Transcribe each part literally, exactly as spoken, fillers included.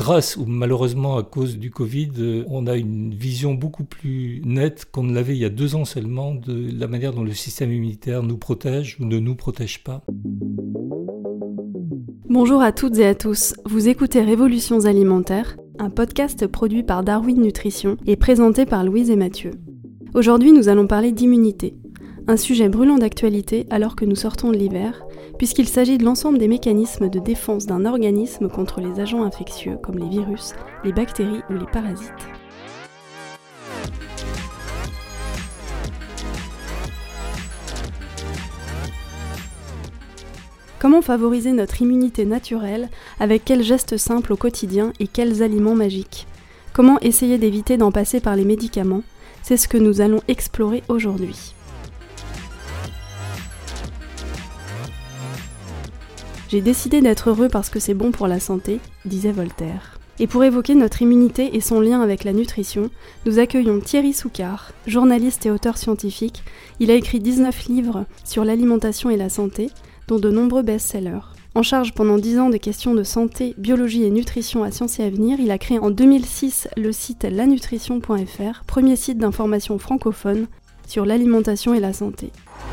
grâce ou malheureusement à cause du Covid, euh, on a une vision beaucoup plus nette qu'on ne l'avait il y a deux ans seulement de la manière dont le système immunitaire nous protège ou ne nous protège pas. Bonjour à toutes et à tous, vous écoutez Révolutions alimentaires, un podcast produit par Darwin Nutrition et présenté par Louise et Mathieu. Aujourd'hui, nous allons parler d'immunité, un sujet brûlant d'actualité alors que nous sortons de l'hiver, puisqu'il s'agit de l'ensemble des mécanismes de défense d'un organisme contre les agents infectieux comme les virus, les bactéries ou les parasites. Comment favoriser notre immunité naturelle, avec quels gestes simples au quotidien et quels aliments magiques ? Comment essayer d'éviter d'en passer par les médicaments ? C'est ce que nous allons explorer aujourd'hui. J'ai décidé d'être heureux parce que c'est bon pour la santé, disait Voltaire. Et pour évoquer notre immunité et son lien avec la nutrition, nous accueillons Thierry Soucard, journaliste et auteur scientifique. Il a écrit dix-neuf livres sur l'alimentation et la santé, dont de nombreux best-sellers. En charge pendant dix ans des questions de santé, biologie et nutrition à Sciences et Avenir, il a créé en deux mille six le site la nutrition point f r, premier site d'information francophone sur l'alimentation et la santé.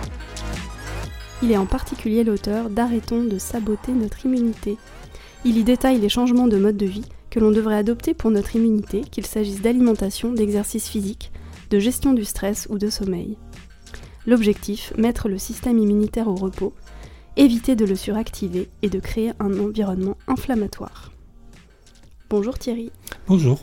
Il est en particulier l'auteur d'Arrêtons de saboter notre immunité. Il y détaille les changements de mode de vie que l'on devrait adopter pour notre immunité, qu'il s'agisse d'alimentation, d'exercice physique, de gestion du stress ou de sommeil. L'objectif, mettre le système immunitaire au repos, éviter de le suractiver et de créer un environnement inflammatoire. Bonjour Thierry. Bonjour.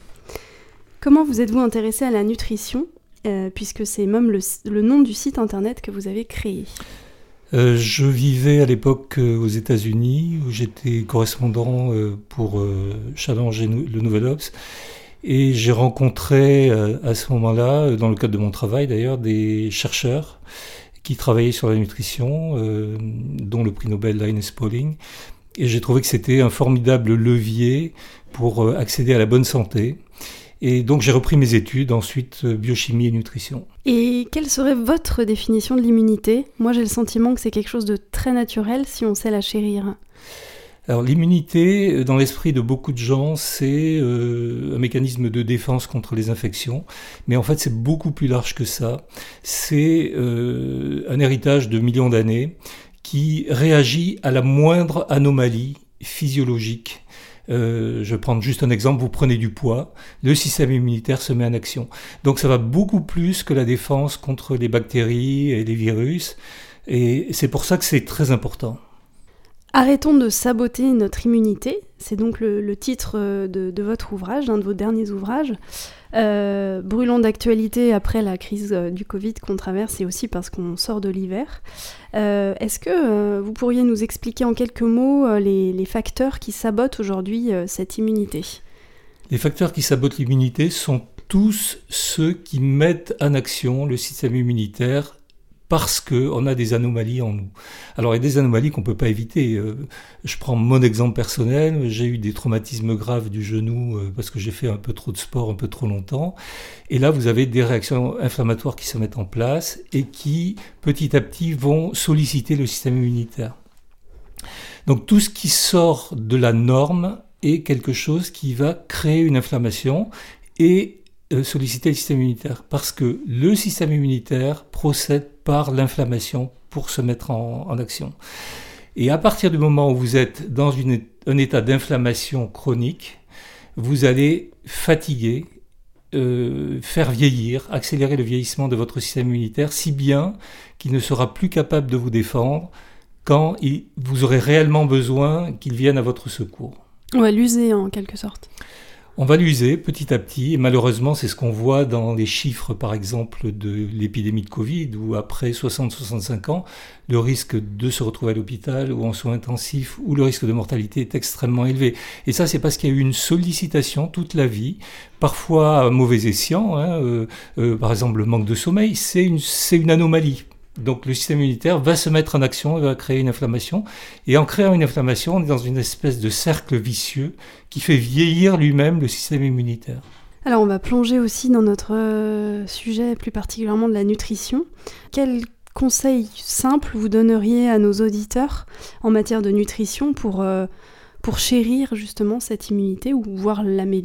Comment vous êtes-vous intéressé à la nutrition, euh, puisque c'est même le, le nom du site internet que vous avez créé ? euh, Je vivais à l'époque euh, aux États-Unis, où j'étais correspondant euh, pour euh, Challenge et nou- le Nouvel Obs, et j'ai rencontré euh, à ce moment-là, dans le cadre de mon travail d'ailleurs, des chercheurs qui travaillaient sur la nutrition, euh, dont le prix Nobel Linus Pauling. Et j'ai trouvé que c'était un formidable levier pour euh, accéder à la bonne santé. Et donc j'ai repris mes études, ensuite euh, biochimie et nutrition. Et quelle serait votre définition de l'immunité ? Moi j'ai le sentiment que c'est quelque chose de très naturel si on sait la chérir. Alors l'immunité, dans l'esprit de beaucoup de gens, c'est euh, un mécanisme de défense contre les infections, mais en fait c'est beaucoup plus large que ça. C'est euh, un héritage de millions d'années qui réagit à la moindre anomalie physiologique. Euh, je vais prendre juste un exemple, vous prenez du poids, le système immunitaire se met en action. Donc ça va beaucoup plus que la défense contre les bactéries et les virus, et c'est pour ça que c'est très important. Arrêtons de saboter notre immunité, c'est donc le, le titre de, de votre ouvrage, d'un de vos derniers ouvrages. Euh, brûlant d'actualité après la crise du Covid qu'on traverse et aussi parce qu'on sort de l'hiver. Euh, est-ce que euh, vous pourriez nous expliquer en quelques mots euh, les, les facteurs qui sabotent aujourd'hui euh, cette immunité ? Les facteurs qui sabotent l'immunité sont tous ceux qui mettent en action le système immunitaire parce qu'on a des anomalies en nous. Alors il y a des anomalies qu'on ne peut pas éviter. Euh, je prends mon exemple personnel, j'ai eu des traumatismes graves du genou euh, parce que j'ai fait un peu trop de sport un peu trop longtemps. Et là vous avez des réactions inflammatoires qui se mettent en place et qui petit à petit vont solliciter le système immunitaire. Donc tout ce qui sort de la norme est quelque chose qui va créer une inflammation et solliciter le système immunitaire, parce que le système immunitaire procède par l'inflammation pour se mettre en, en action. Et à partir du moment où vous êtes dans une, un état d'inflammation chronique, vous allez fatiguer, euh, faire vieillir, accélérer le vieillissement de votre système immunitaire, si bien qu'il ne sera plus capable de vous défendre quand il, vous aurez réellement besoin qu'il vienne à votre secours. On va l'user en quelque sorte. On va l'user petit à petit, et malheureusement c'est ce qu'on voit dans les chiffres par exemple de l'épidémie de Covid, où après soixante à soixante-cinq ans, le risque de se retrouver à l'hôpital ou en soins intensifs, ou le risque de mortalité est extrêmement élevé. Et ça c'est parce qu'il y a eu une sollicitation toute la vie, parfois à mauvais escient, hein, euh, euh, par exemple le manque de sommeil, c'est une, c'est une anomalie. Donc le système immunitaire va se mettre en action, va créer une inflammation. Et en créant une inflammation, on est dans une espèce de cercle vicieux qui fait vieillir lui-même le système immunitaire. Alors on va plonger aussi dans notre euh, sujet, plus particulièrement de la nutrition. Quels conseils simples vous donneriez à nos auditeurs en matière de nutrition pour, euh, pour chérir justement cette immunité ou voire l'améliorer ?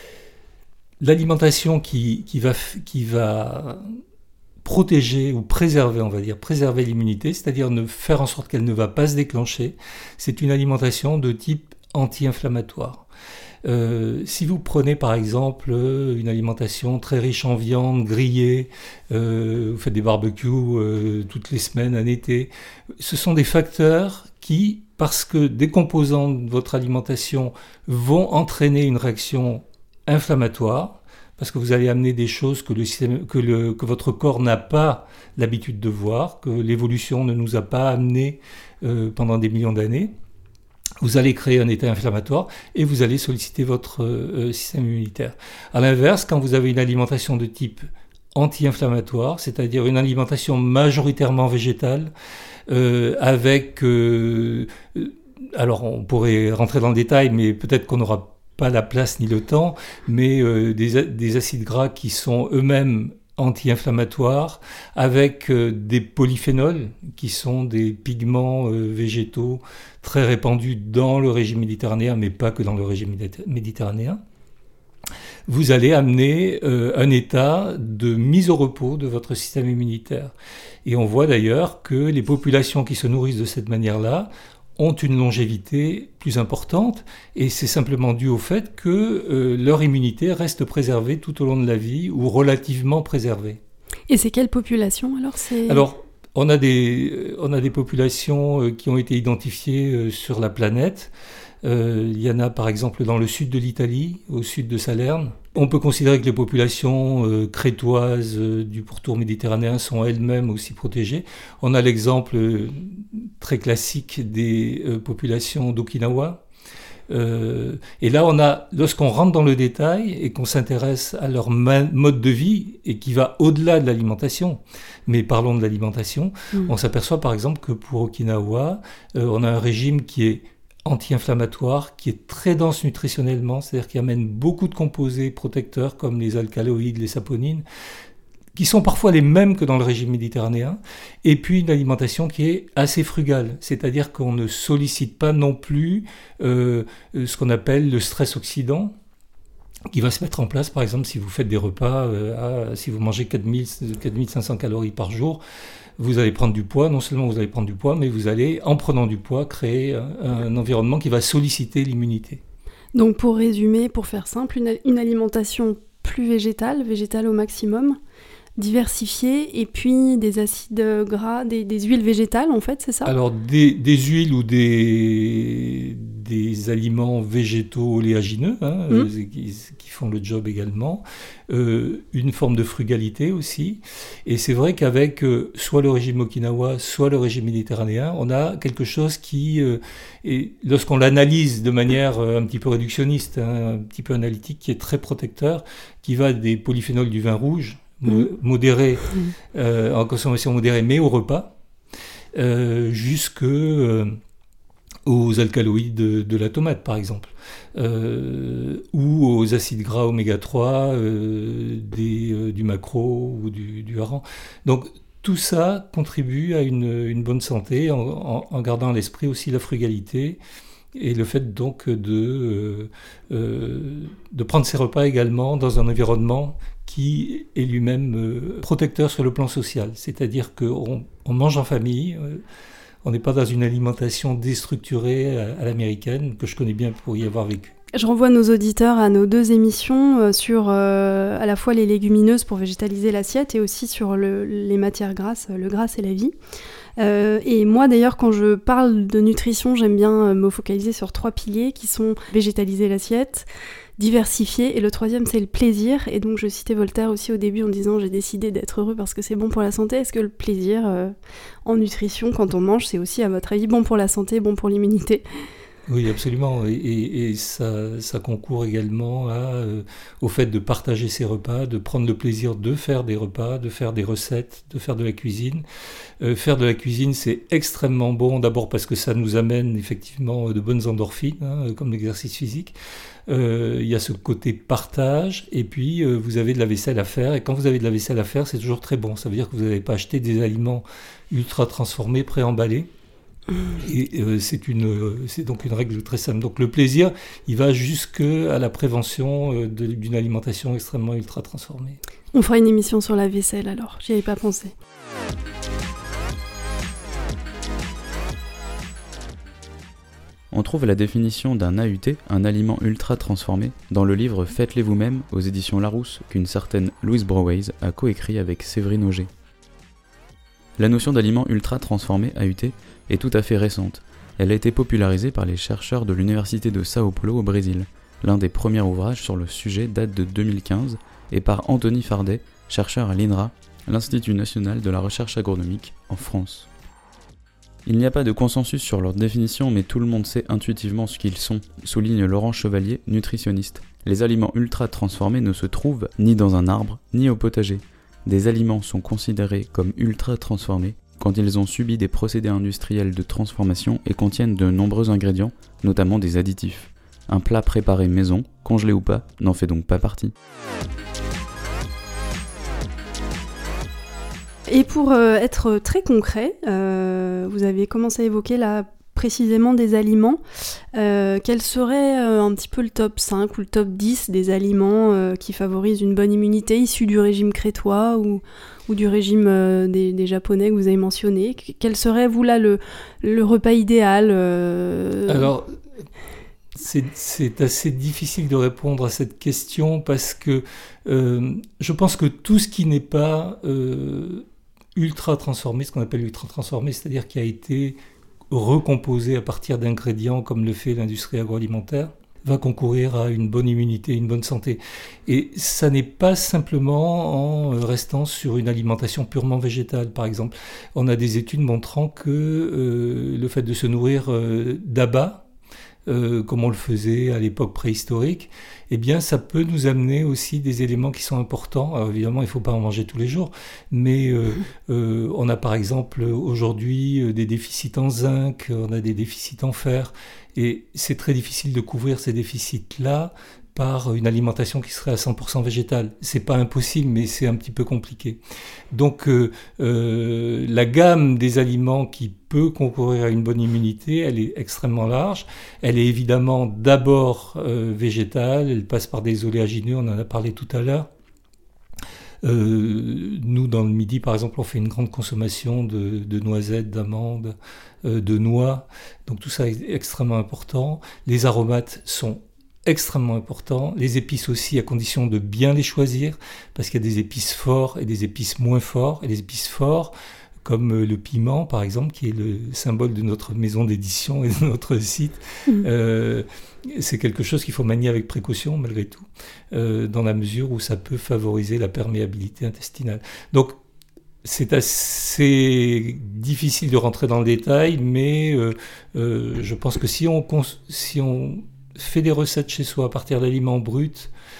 L'alimentation qui, qui, va, qui va protéger ou préserver, on va dire, préserver l'immunité, c'est-à-dire ne faire en sorte qu'elle ne va pas se déclencher, c'est une alimentation de type anti-inflammatoire. Euh, si vous prenez par exemple une alimentation très riche en viande grillée, euh, vous faites des barbecues euh, toutes les semaines, en été, ce sont des facteurs qui, parce que des composants de votre alimentation vont entraîner une réaction inflammatoire, parce que vous allez amener des choses que, le système, que, le, que votre corps n'a pas l'habitude de voir, que l'évolution ne nous a pas amené euh, pendant des millions d'années. Vous allez créer un état inflammatoire et vous allez solliciter votre euh, système immunitaire. À l'inverse, quand vous avez une alimentation de type anti-inflammatoire, c'est-à-dire une alimentation majoritairement végétale, euh, avec... Euh, alors, on pourrait rentrer dans le détail, mais peut-être qu'on n'aura pas la place ni le temps, mais euh, des, des acides gras qui sont eux-mêmes anti-inflammatoires, avec euh, des polyphénols, qui sont des pigments euh, végétaux très répandus dans le régime méditerranéen, mais pas que dans le régime méditerranéen, vous allez amener euh, un état de mise au repos de votre système immunitaire. Et on voit d'ailleurs que les populations qui se nourrissent de cette manière-là ont une longévité plus importante, et c'est simplement dû au fait que euh, leur immunité reste préservée tout au long de la vie, ou relativement préservée. Et c'est quelle population alors c'est... Alors, on a des, on a des populations euh, qui ont été identifiées euh, sur la planète. Euh, il y en a par exemple dans le sud de l'Italie, au sud de Salerne. On peut considérer que les populations euh, crétoises euh, du pourtour méditerranéen sont elles-mêmes aussi protégées. On a l'exemple euh, très classique des euh, populations d'Okinawa. Euh, et là, on a, lorsqu'on rentre dans le détail et qu'on s'intéresse à leur ma- mode de vie, et qui va au-delà de l'alimentation, mais parlons de l'alimentation, mmh. on s'aperçoit par exemple que pour Okinawa, euh, on a un régime qui est anti-inflammatoire, qui est très dense nutritionnellement, c'est-à-dire qui amène beaucoup de composés protecteurs comme les alcaloïdes, les saponines, qui sont parfois les mêmes que dans le régime méditerranéen, et puis une alimentation qui est assez frugale, c'est-à-dire qu'on ne sollicite pas non plus euh, ce qu'on appelle le stress oxydant, qui va se mettre en place, par exemple, si vous faites des repas, euh, à, si vous mangez quatre mille cinq cents calories par jour, vous allez prendre du poids. Non seulement vous allez prendre du poids, mais vous allez, en prenant du poids, créer un, un environnement qui va solliciter l'immunité. Donc pour résumer, pour faire simple, une, une alimentation plus végétale, végétale au maximum, diversifiée, et puis des acides gras, des, des huiles végétales en fait, c'est ça ? Alors des, des huiles ou des, des aliments végétaux oléagineux hein, mmh. euh, qui, qui font le job également, euh, une forme de frugalité aussi, et c'est vrai qu'avec euh, soit le régime Okinawa, soit le régime méditerranéen, on a quelque chose qui, euh, et lorsqu'on l'analyse de manière euh, un petit peu réductionniste, hein, un petit peu analytique, qui est très protecteur, qui va des polyphénols du vin rouge, Mmh. modéré, euh, en consommation modérée, mais au repas, euh, jusque euh, aux alcaloïdes de, de la tomate, par exemple, euh, ou aux acides gras oméga trois euh, des, euh, du maquereau ou du, du hareng. Donc, tout ça contribue à une, une bonne santé, en, en, en gardant à l'esprit aussi la frugalité, et le fait donc de, euh, euh, de prendre ses repas également dans un environnement qui est lui-même euh, protecteur sur le plan social. C'est-à-dire qu'on on mange en famille, euh, on n'est pas dans une alimentation déstructurée à, à l'américaine, que je connais bien pour y avoir vécu. Je renvoie nos auditeurs à nos deux émissions euh, sur euh, à la fois les légumineuses pour végétaliser l'assiette et aussi sur le, les matières grasses, le gras c'est la vie. Euh, et moi d'ailleurs quand je parle de nutrition, j'aime bien me focaliser sur trois piliers qui sont végétaliser l'assiette, diversifier, et le troisième c'est le plaisir. Et donc je citais Voltaire aussi au début en disant j'ai décidé d'être heureux parce que c'est bon pour la santé. Est-ce que le plaisir euh, en nutrition quand on mange c'est aussi à votre avis bon pour la santé, bon pour l'immunité ? Oui, absolument, et, et, et ça, ça concourt également à, euh, au fait de partager ses repas, de prendre le plaisir de faire des repas, de faire des recettes, de faire de la cuisine. Euh, faire de la cuisine, c'est extrêmement bon, d'abord parce que ça nous amène effectivement de bonnes endorphines, hein, comme l'exercice physique. Euh, il y a ce côté partage, et puis euh, vous avez de la vaisselle à faire, et quand vous avez de la vaisselle à faire, c'est toujours très bon. Ça veut dire que vous n'avez pas acheté des aliments ultra transformés, préemballés. Et euh, c'est, une, c'est donc une règle très simple. Donc le plaisir, il va jusqu'à la prévention euh, de, d'une alimentation extrêmement ultra transformée. On fera une émission sur la vaisselle alors, j'y avais pas pensé. On trouve la définition d'un A U T, un aliment ultra transformé, dans le livre Faites-les vous-même aux éditions Larousse qu'une certaine Louise Broways a coécrit avec Séverine Auger. La notion d'aliment ultra transformé A U T est tout à fait récente. Elle a été popularisée par les chercheurs de l'université de Sao Paulo au Brésil. L'un des premiers ouvrages sur le sujet date de deux mille quinze et par Anthony Fardet, chercheur à l'I N R A, l'Institut national de la recherche agronomique en France. Il n'y a pas de consensus sur leur définition, mais tout le monde sait intuitivement ce qu'ils sont, souligne Laurent Chevalier, nutritionniste. Les aliments ultra transformés ne se trouvent ni dans un arbre, ni au potager. Des aliments sont considérés comme ultra transformés quand ils ont subi des procédés industriels de transformation et contiennent de nombreux ingrédients, notamment des additifs. Un plat préparé maison, congelé ou pas, n'en fait donc pas partie. Et pour euh, être très concret, euh, vous avez commencé à évoquer là précisément des aliments. Euh, quel serait euh, un petit peu le top cinq ou le top dix des aliments euh, qui favorisent une bonne immunité issus du régime crétois ou, ou du régime euh, des, des Japonais que vous avez mentionné? Quel serait, vous, là, le, le repas idéal euh... Alors, c'est, c'est assez difficile de répondre à cette question parce que euh, je pense que tout ce qui n'est pas euh, ultra transformé, ce qu'on appelle ultra transformé, c'est-à-dire qui a été recomposé à partir d'ingrédients comme le fait l'industrie agroalimentaire, va concourir à une bonne immunité, une bonne santé. Et ça n'est pas simplement en restant sur une alimentation purement végétale, par exemple. On a des études montrant que euh, le fait de se nourrir euh, d'abats, euh, comme on le faisait à l'époque préhistorique, eh bien, ça peut nous amener aussi des éléments qui sont importants. Alors, évidemment, il ne faut pas en manger tous les jours, mais euh, euh, on a par exemple aujourd'hui des déficits en zinc, on a des déficits en fer, et c'est très difficile de couvrir ces déficits-là par une alimentation qui serait à cent pour cent végétale. C'est pas impossible, mais c'est un petit peu compliqué. Donc, euh, euh, la gamme des aliments qui peut concourir à une bonne immunité, elle est extrêmement large. Elle est évidemment d'abord euh, végétale, elle passe par des oléagineux, on en a parlé tout à l'heure. Euh, nous, dans le Midi, par exemple, on fait une grande consommation de, de noisettes, d'amandes, euh, de noix. Donc tout ça est extrêmement important. Les aromates sont extrêmement importants. Les épices aussi, à condition de bien les choisir, parce qu'il y a des épices forts et des épices moins forts. Et les épices forts, comme le piment, par exemple, qui est le symbole de notre maison d'édition et de notre site, mmh. euh, c'est quelque chose qu'il faut manier avec précaution, malgré tout, euh, dans la mesure où ça peut favoriser la perméabilité intestinale. Donc, c'est assez difficile de rentrer dans le détail, mais euh, euh, je pense que si on, cons- si on fait des recettes chez soi à partir d'aliments bruts,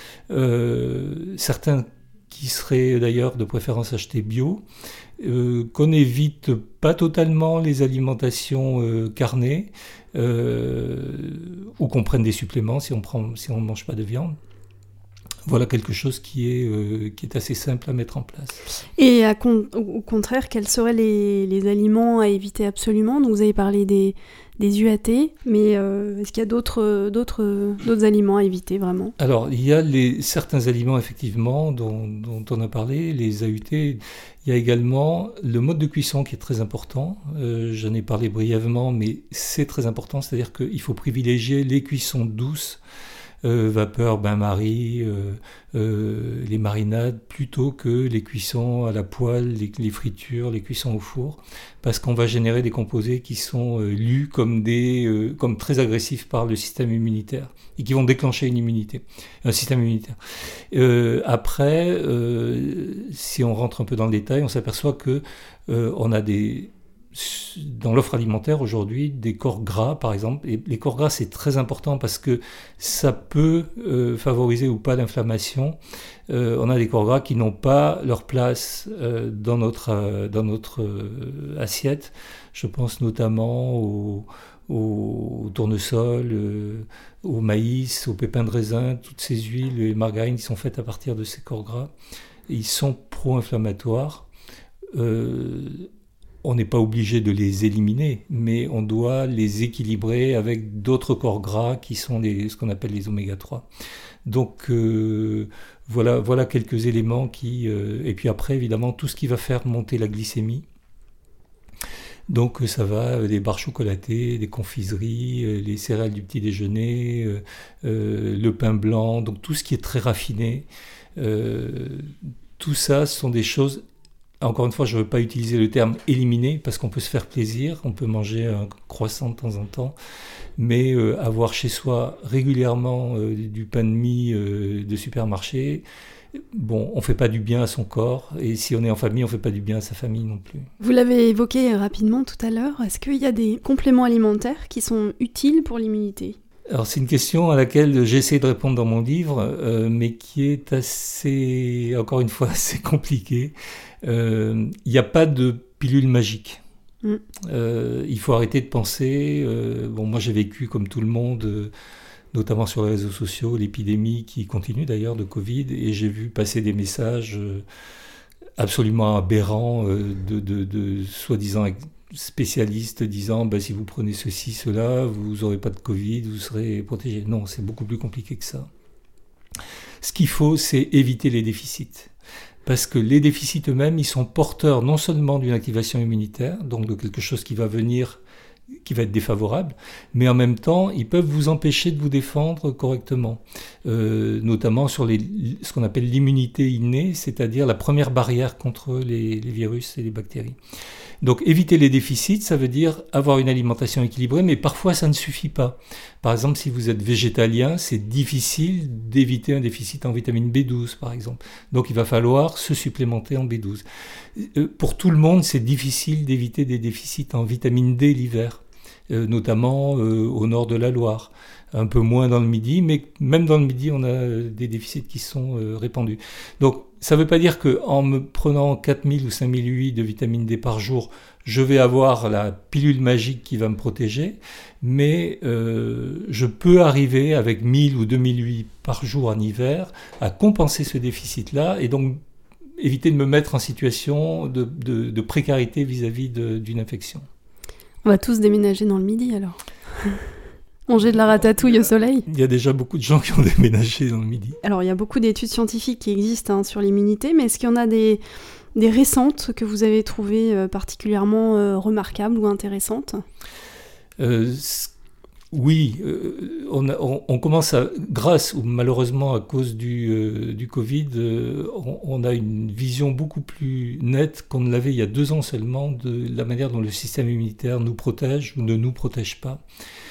euh, certains qui seraient d'ailleurs de préférence achetés bio, euh, qu'on évite pas totalement les alimentations euh, carnées, euh, ou qu'on prenne des suppléments si on prend, si on ne mange pas de viande. Voilà quelque chose qui est, euh, qui est assez simple à mettre en place. Et à con- au contraire, quels seraient les, les aliments à éviter absolument? Donc vous avez parlé des, des U A T, mais euh, est-ce qu'il y a d'autres, d'autres, d'autres aliments à éviter vraiment? Alors, il y a les, certains aliments effectivement dont, dont on a parlé, les A U T. Il y a également le mode de cuisson qui est très important. Euh, j'en ai parlé brièvement, mais c'est très important. C'est-à-dire qu'il faut privilégier les cuissons douces, Euh, vapeur, bain-marie, euh, euh, les marinades, plutôt que les cuissons à la poêle, les, les fritures, les cuissons au four, parce qu'on va générer des composés qui sont euh, lus comme, des, euh, comme très agressifs par le système immunitaire et qui vont déclencher une immunité, un système immunitaire. Euh, après, euh, si on rentre un peu dans le détail, on s'aperçoit que euh, on a des dans l'offre alimentaire aujourd'hui des corps gras par exemple, et les corps gras c'est très important parce que ça peut euh, favoriser ou pas l'inflammation. Euh, on a des corps gras qui n'ont pas leur place euh, dans notre, euh, dans notre euh, assiette. Je pense notamment au, au, au tournesol, euh, au maïs, au pépins de raisin, toutes ces huiles et margarines qui sont faites à partir de ces corps gras. Et ils sont pro-inflammatoires. Euh, on n'est pas obligé de les éliminer, mais on doit les équilibrer avec d'autres corps gras qui sont les, ce qu'on appelle les oméga trois. Donc euh, voilà, voilà quelques éléments qui... Euh, et puis après, évidemment, tout ce qui va faire monter la glycémie. Donc ça va des barres chocolatées, des confiseries, euh, les céréales du petit déjeuner, euh, euh, le pain blanc, donc tout ce qui est très raffiné. Euh, tout ça, ce sont des choses... Encore une fois, je ne veux pas utiliser le terme « éliminer » parce qu'on peut se faire plaisir, on peut manger un croissant de temps en temps, mais euh, avoir chez soi régulièrement euh, du pain de mie euh, de supermarché, bon, on ne fait pas du bien à son corps, et si on est en famille, on ne fait pas du bien à sa famille non plus. Vous l'avez évoqué rapidement tout à l'heure, est-ce qu'il y a des compléments alimentaires qui sont utiles pour l'immunité ? Alors c'est une question à laquelle j'essaie de répondre dans mon livre, euh, mais qui est assez, encore une fois, assez compliquée. Il euh, n'y a pas de pilule magique. Mm. Euh, il faut arrêter de penser... Euh, bon, moi j'ai vécu comme tout le monde, euh, notamment sur les réseaux sociaux, l'épidémie qui continue d'ailleurs de Covid, et j'ai vu passer des messages euh, absolument aberrants euh, de, de, de soi-disant spécialistes disant bah, si vous prenez ceci, cela, vous n'aurez pas de Covid, vous serez protégé. Non, c'est beaucoup plus compliqué que ça. Ce qu'il faut, c'est éviter les déficits. Parce que les déficits eux-mêmes, ils sont porteurs non seulement d'une activation immunitaire, donc de quelque chose qui va venir, qui va être défavorable, mais en même temps, ils peuvent vous empêcher de vous défendre correctement, euh, notamment sur les, ce qu'on appelle l'immunité innée, c'est-à-dire la première barrière contre les, les virus et les bactéries. Donc éviter les déficits, ça veut dire avoir une alimentation équilibrée, mais parfois ça ne suffit pas. Par exemple, si vous êtes végétalien, c'est difficile d'éviter un déficit en vitamine B douze, par exemple. Donc il va falloir se supplémenter en B douze. Pour tout le monde, c'est difficile d'éviter des déficits en vitamine D l'hiver, euh, notamment euh, au nord de la Loire. Un peu moins dans le Midi, mais même dans le Midi, on a des déficits qui sont euh, répandus. Donc, ça ne veut pas dire qu'en me prenant quatre mille ou cinq mille U I de vitamine D par jour, je vais avoir la pilule magique qui va me protéger, mais euh, je peux arriver avec mille ou deux mille U I par jour en hiver à compenser ce déficit-là et donc éviter de me mettre en situation de, de, de précarité vis-à-vis de, d'une infection. On va tous déménager dans le Midi alors. Manger de la ratatouille au soleil. Il y a déjà beaucoup de gens qui ont déménagé dans le Midi. Alors, il y a beaucoup d'études scientifiques qui existent hein, sur l'immunité, mais est-ce qu'il y en a des, des récentes que vous avez trouvées euh, particulièrement euh, remarquables ou intéressantes ? euh, Oui, euh, on, a, on, on commence à, grâce ou malheureusement à cause du, euh, du Covid, euh, on, on a une vision beaucoup plus nette qu'on ne l'avait il y a deux ans seulement de la manière dont le système immunitaire nous protège ou ne nous protège pas.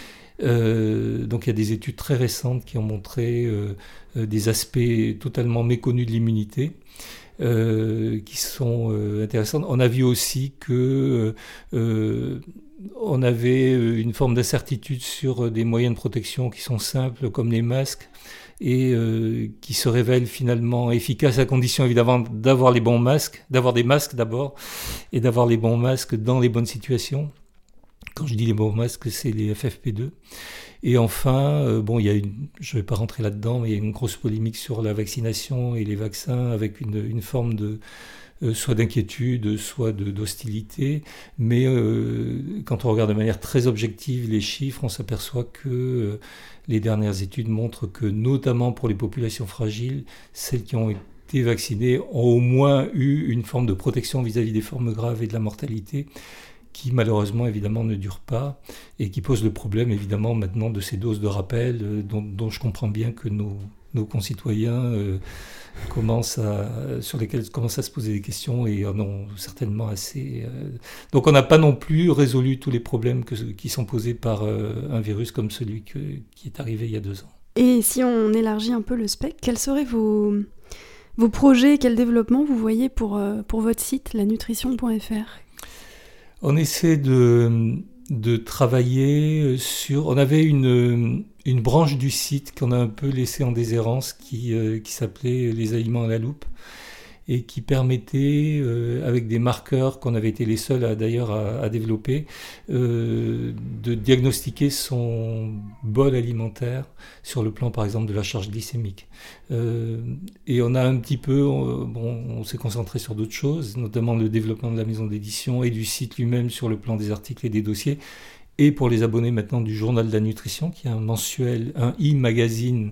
Euh, donc il y a des études très récentes qui ont montré euh, euh, des aspects totalement méconnus de l'immunité euh, qui sont euh, intéressants. On a vu aussi que euh, on avait une forme d'incertitude sur des moyens de protection qui sont simples comme les masques et euh, qui se révèlent finalement efficaces à condition évidemment d'avoir les bons masques, d'avoir des masques d'abord et d'avoir les bons masques dans les bonnes situations. Quand je dis les bons masques, c'est les F F P deux. Et enfin, euh, bon, il y a une, je ne vais pas rentrer là-dedans, mais il y a une grosse polémique sur la vaccination et les vaccins avec une, une forme de, euh, soit d'inquiétude, soit de, d'hostilité. Mais euh, quand on regarde de manière très objective les chiffres, on s'aperçoit que euh, les dernières études montrent que, notamment pour les populations fragiles, celles qui ont été vaccinées ont au moins eu une forme de protection vis-à-vis des formes graves et de la mortalité, qui malheureusement évidemment ne dure pas et qui pose le problème évidemment maintenant de ces doses de rappel euh, dont, dont je comprends bien que nos, nos concitoyens euh, commencent à, sur lesquels commencent à se poser des questions et en ont certainement assez. Euh... Donc on n'a pas non plus résolu tous les problèmes que, qui sont posés par euh, un virus comme celui que, qui est arrivé il y a deux ans. Et si on élargit un peu le spectre, quels seraient vos, vos projets, quel développement vous voyez pour, euh, pour votre site la nutrition point f r ? On essaie de, de travailler sur... On avait une, une branche du site qu'on a un peu laissée en déshérence qui, euh, qui s'appelait Les aliments à la loupe et qui permettait, euh, avec des marqueurs qu'on avait été les seuls à, d'ailleurs à, à développer, euh, de diagnostiquer son bol alimentaire sur le plan par exemple de la charge glycémique. Euh, et on a un petit peu, on, bon, on s'est concentré sur d'autres choses, notamment le développement de la maison d'édition et du site lui-même sur le plan des articles et des dossiers. Et pour les abonnés maintenant du Journal de la Nutrition, qui est un mensuel, un e-magazine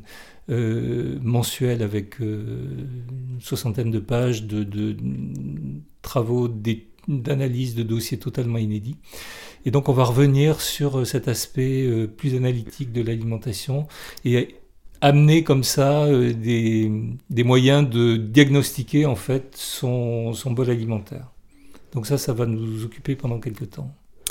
euh, mensuel avec euh, une soixantaine de pages de, de, de travaux d'analyse de dossiers totalement inédits. Et donc on va revenir sur cet aspect euh, plus analytique de l'alimentation et amener comme ça euh, des, des moyens de diagnostiquer en fait son, son bol alimentaire. Donc ça, ça va nous occuper pendant quelques temps.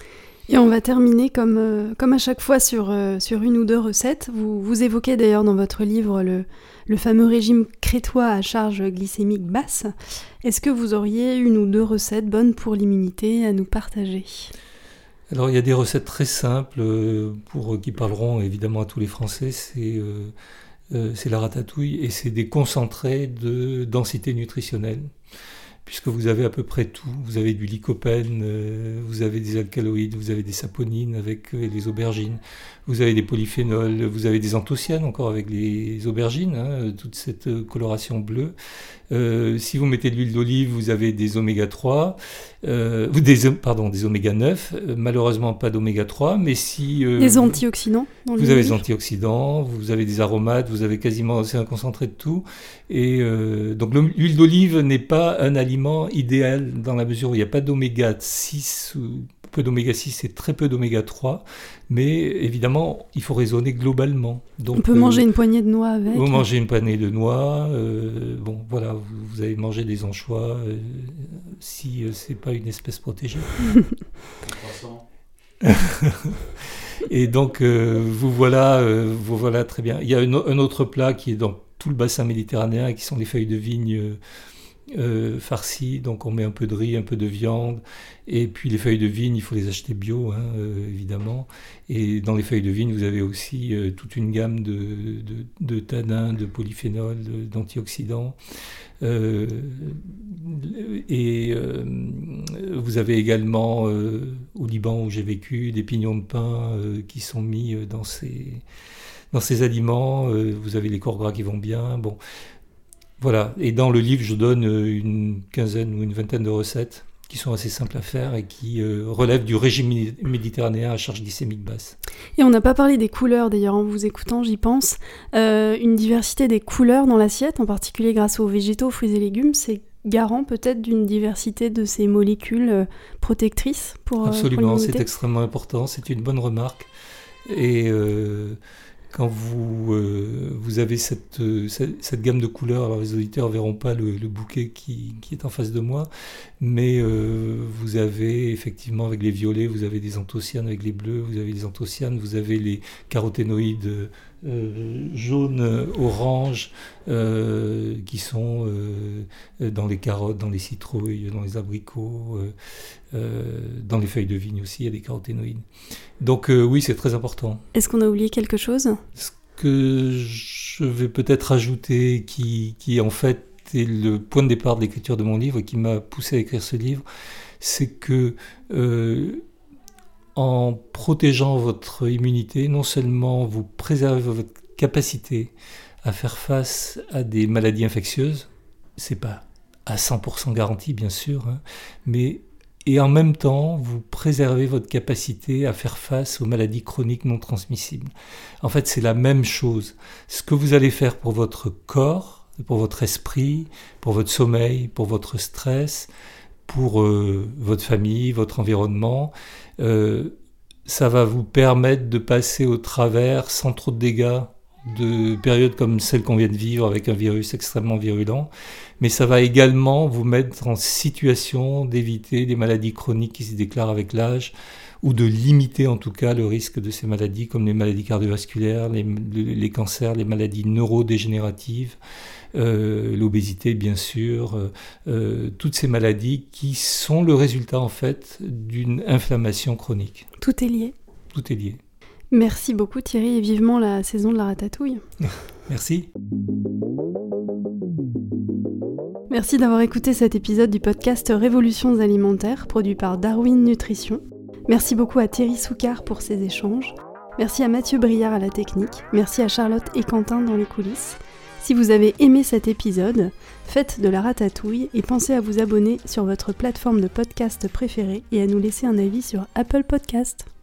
Et on va terminer comme, euh, comme à chaque fois sur, euh, sur une ou deux recettes. Vous, vous évoquez d'ailleurs dans votre livre le, le fameux régime crétois à charge glycémique basse. Est-ce que vous auriez une ou deux recettes bonnes pour l'immunité à nous partager ? Alors il y a des recettes très simples euh, pour, qui parleront évidemment à tous les Français. C'est, euh, euh, c'est la ratatouille et c'est des concentrés de densité nutritionnelle. Puisque vous avez à peu près tout, vous avez du lycopène, euh, vous avez des alcaloïdes, vous avez des saponines avec euh, les aubergines, vous avez des polyphénols, vous avez des anthocyanes encore avec les aubergines, hein, toute cette euh, coloration bleue. Euh, si vous mettez de l'huile d'olive, vous avez des oméga trois, euh, des, pardon, des oméga neuf, euh, malheureusement pas d'oméga trois, mais si... Euh, des antioxydants dans Vous avez des antioxydants, vous avez des aromates, vous avez quasiment, c'est un concentré de tout. Et euh, donc l'huile d'olive n'est pas un aliment idéal dans la mesure où il n'y a pas d'oméga six, ou peu d'oméga six et très peu d'oméga trois, mais évidemment, il faut raisonner globalement. Donc, on peut euh, manger une poignée de noix avec. Vous mangez une poignée de noix, euh, bon voilà, vous, vous avez mangé des anchois, euh, si euh, c'est pas une espèce protégée. Et donc, euh, vous, voilà, euh, vous voilà très bien. Il y a une, un autre plat qui est dans tout le bassin méditerranéen, qui sont les feuilles de vigne euh, euh, farcies. Donc, on met un peu de riz, un peu de viande. Et puis, les feuilles de vigne, il faut les acheter bio, hein, euh, évidemment. Et dans les feuilles de vigne, vous avez aussi euh, toute une gamme de, de, de tanins, de polyphénols, de, d'antioxydants. Euh, et euh, vous avez également euh, au Liban où j'ai vécu des pignons de pain euh, qui sont mis dans ces, dans ces aliments. Euh, vous avez les corps gras qui vont bien. Bon, voilà. Et dans le livre, je donne une quinzaine ou une vingtaine de recettes qui sont assez simples à faire et qui euh, relèvent du régime méditerranéen à charge glycémique basse. Et on n'a pas parlé des couleurs, d'ailleurs, en vous écoutant, j'y pense. Euh, une diversité des couleurs dans l'assiette, en particulier grâce aux végétaux, fruits et légumes, c'est garant peut-être d'une diversité de ces molécules euh, protectrices pour Absolument, pour c'est extrêmement important, c'est une bonne remarque. Et... Euh, Quand vous, euh, vous avez cette, euh, cette, cette gamme de couleurs, alors les auditeurs ne verront pas le, le bouquet qui, qui est en face de moi, mais euh, vous avez effectivement avec les violets, vous avez des anthocyanes avec les bleus, vous avez les anthocyanes, vous avez les caroténoïdes euh, jaunes, oranges, euh, qui sont euh, dans les carottes, dans les citrouilles, dans les abricots, euh, euh, dans les feuilles de vigne aussi, il y a des caroténoïdes. Donc euh, oui, c'est très important. Est-ce qu'on a oublié quelque chose ? Ce que je vais peut-être ajouter, qui, qui en fait est le point de départ de l'écriture de mon livre, qui m'a poussé à écrire ce livre, c'est que euh, en protégeant votre immunité, non seulement vous préservez votre capacité à faire face à des maladies infectieuses, c'est pas à cent pour cent garanti bien sûr, hein, mais et en même temps, vous préservez votre capacité à faire face aux maladies chroniques non transmissibles. En fait, c'est la même chose. Ce que vous allez faire pour votre corps, pour votre esprit, pour votre sommeil, pour votre stress, pour euh, votre famille, votre environnement, euh, ça va vous permettre de passer au travers, sans trop de dégâts, de périodes comme celle qu'on vient de vivre avec un virus extrêmement virulent, mais ça va également vous mettre en situation d'éviter des maladies chroniques qui se déclarent avec l'âge, ou de limiter en tout cas le risque de ces maladies comme les maladies cardiovasculaires, les, les cancers, les maladies neurodégénératives, euh, l'obésité bien sûr, euh, toutes ces maladies qui sont le résultat en fait d'une inflammation chronique. Tout est lié. Tout est lié. Merci beaucoup Thierry et vivement la saison de la ratatouille. Merci. Merci d'avoir écouté cet épisode du podcast Révolutions alimentaires, produit par Darwin Nutrition. Merci beaucoup à Thierry Soucard pour ses échanges. Merci à Mathieu Briard à la technique. Merci à Charlotte et Quentin dans les coulisses. Si vous avez aimé cet épisode, faites de la ratatouille et pensez à vous abonner sur votre plateforme de podcast préférée et à nous laisser un avis sur Apple Podcast.